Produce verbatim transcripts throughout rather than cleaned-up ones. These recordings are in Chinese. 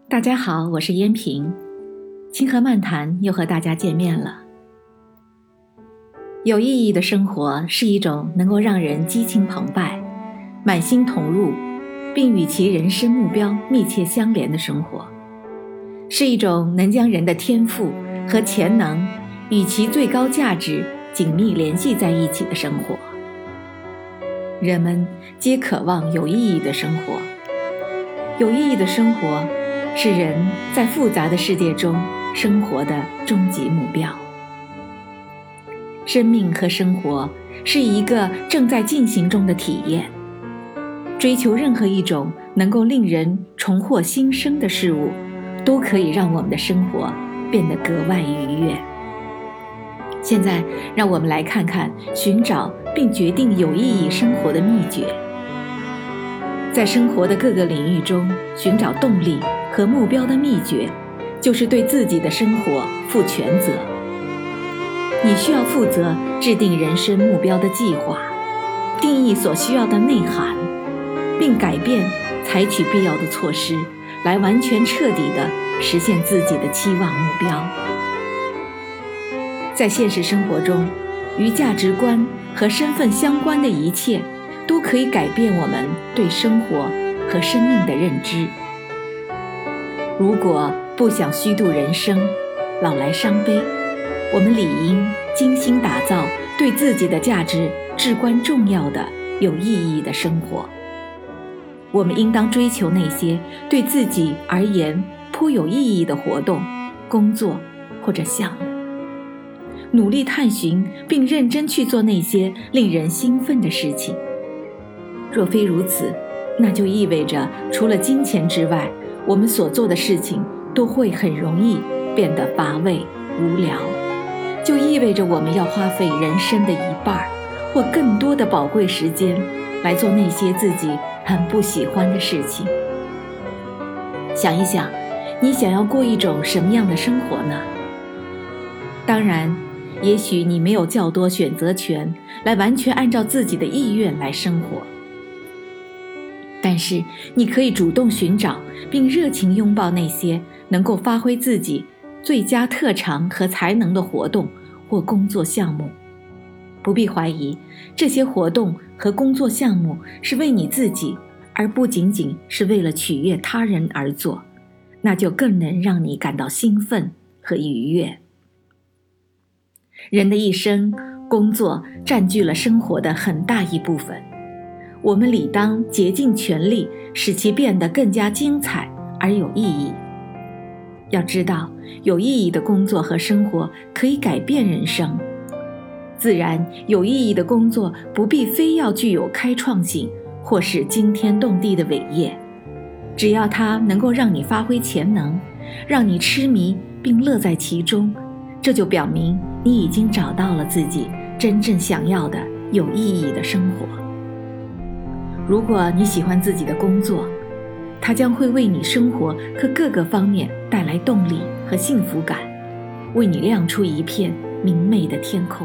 大家好，我是燕平，清河漫谈又和大家见面了。有意义的生活是一种能够让人激情澎湃、满心投入，并与其人生目标密切相连的生活，是一种能将人的天赋和潜能与其最高价值紧密联系在一起的生活。人们皆渴望有意义的生活，有意义的生活是人在复杂的世界中生活的终极目标。生命和生活是一个正在进行中的体验，追求任何一种能够令人重获新生的事物，都可以让我们的生活变得格外愉悦。现在让我们来看看寻找并决定有意义生活的秘诀。在生活的各个领域中寻找动力和目标的秘诀，就是对自己的生活负全责。你需要负责制定人生目标的计划，定义所需要的内涵，并改变采取必要的措施，来完全彻底地实现自己的期望目标。在现实生活中，与价值观和身份相关的一切都可以改变我们对生活和生命的认知。如果不想虚度人生，老来伤悲，我们理应精心打造对自己的价值至关重要的有意义的生活。我们应当追求那些对自己而言颇有意义的活动、工作或者项目，努力探寻并认真去做那些令人兴奋的事情。若非如此，那就意味着除了金钱之外，我们所做的事情都会很容易变得乏味无聊，就意味着我们要花费人生的一半或更多的宝贵时间来做那些自己很不喜欢的事情。想一想，你想要过一种什么样的生活呢？当然，也许你没有较多选择权来完全按照自己的意愿来生活，但是你可以主动寻找并热情拥抱那些能够发挥自己最佳特长和才能的活动或工作项目。不必怀疑，这些活动和工作项目是为你自己，而不仅仅是为了取悦他人而做，那就更能让你感到兴奋和愉悦。人的一生，工作占据了生活的很大一部分，我们理当竭尽全力使其变得更加精彩而有意义。要知道，有意义的工作和生活可以改变人生。自然，有意义的工作不必非要具有开创性或是惊天动地的伟业，只要它能够让你发挥潜能，让你痴迷并乐在其中，这就表明你已经找到了自己真正想要的有意义的生活。如果你喜欢自己的工作，它将会为你生活和各个方面带来动力和幸福感，为你亮出一片明媚的天空。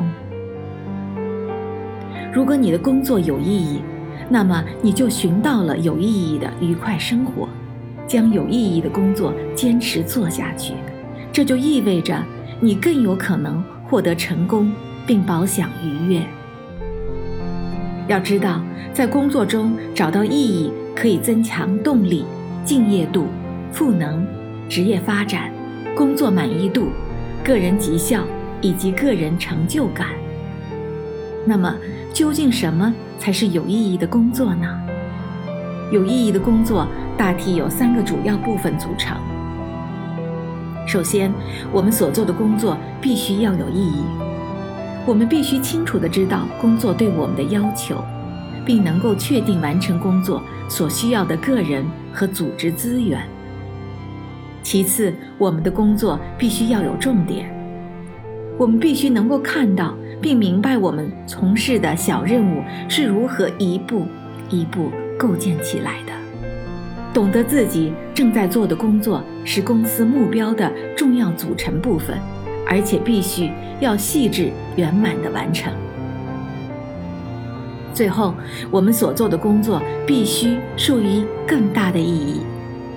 如果你的工作有意义，那么你就寻到了有意义的愉快生活，将有意义的工作坚持做下去，这就意味着你更有可能获得成功并饱享愉悦。要知道，在工作中找到意义可以增强动力、敬业度、赋能、职业发展、工作满意度、个人绩效以及个人成就感。那么，究竟什么才是有意义的工作呢？有意义的工作大体有三个主要部分组成。首先，我们所做的工作必须要有意义。我们必须清楚地知道工作对我们的要求，并能够确定完成工作所需要的个人和组织资源。其次，我们的工作必须要有重点。我们必须能够看到并明白我们从事的小任务是如何一步一步构建起来的，懂得自己正在做的工作是公司目标的重要组成部分，而且必须要细致圆满地完成。最后，我们所做的工作必须赋予更大的意义。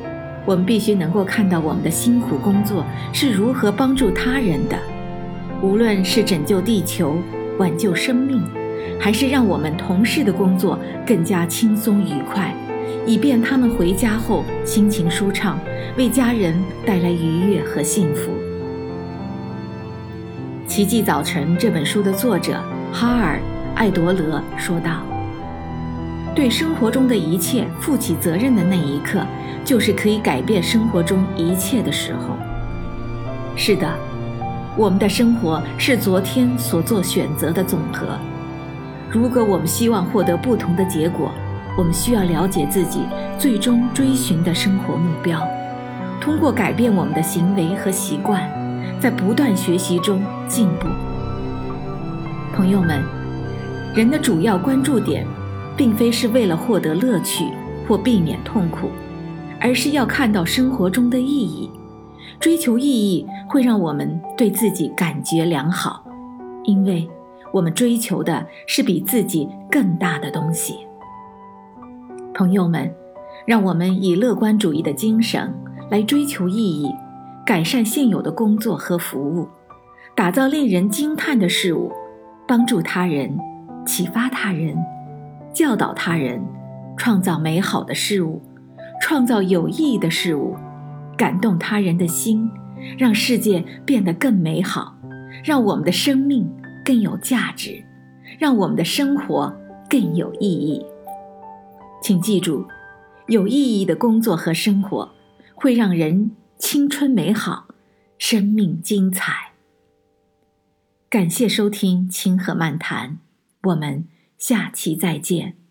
我们必须能够看到我们的辛苦工作是如何帮助他人的，无论是拯救地球、挽救生命，还是让我们同事的工作更加轻松愉快，以便他们回家后心情舒畅，为家人带来愉悦和幸福。《奇迹早晨》这本书的作者哈尔·艾多勒说道，对生活中的一切负起责任的那一刻，就是可以改变生活中一切的时候。是的，我们的生活是昨天所做选择的总和。如果我们希望获得不同的结果，我们需要了解自己最终追寻的生活目标，通过改变我们的行为和习惯，在不断学习中进步。朋友们，人的主要关注点并非是为了获得乐趣或避免痛苦，而是要看到生活中的意义。追求意义会让我们对自己感觉良好，因为我们追求的是比自己更大的东西。朋友们，让我们以乐观主义的精神来追求意义，改善现有的工作和服务，打造令人惊叹的事物，帮助他人，启发他人，教导他人，创造美好的事物，创造有意义的事物，感动他人的心，让世界变得更美好，让我们的生命更有价值，让我们的生活更有意义。请记住，有意义的工作和生活会让人青春美好，生命精彩。感谢收听清河漫谈，我们下期再见。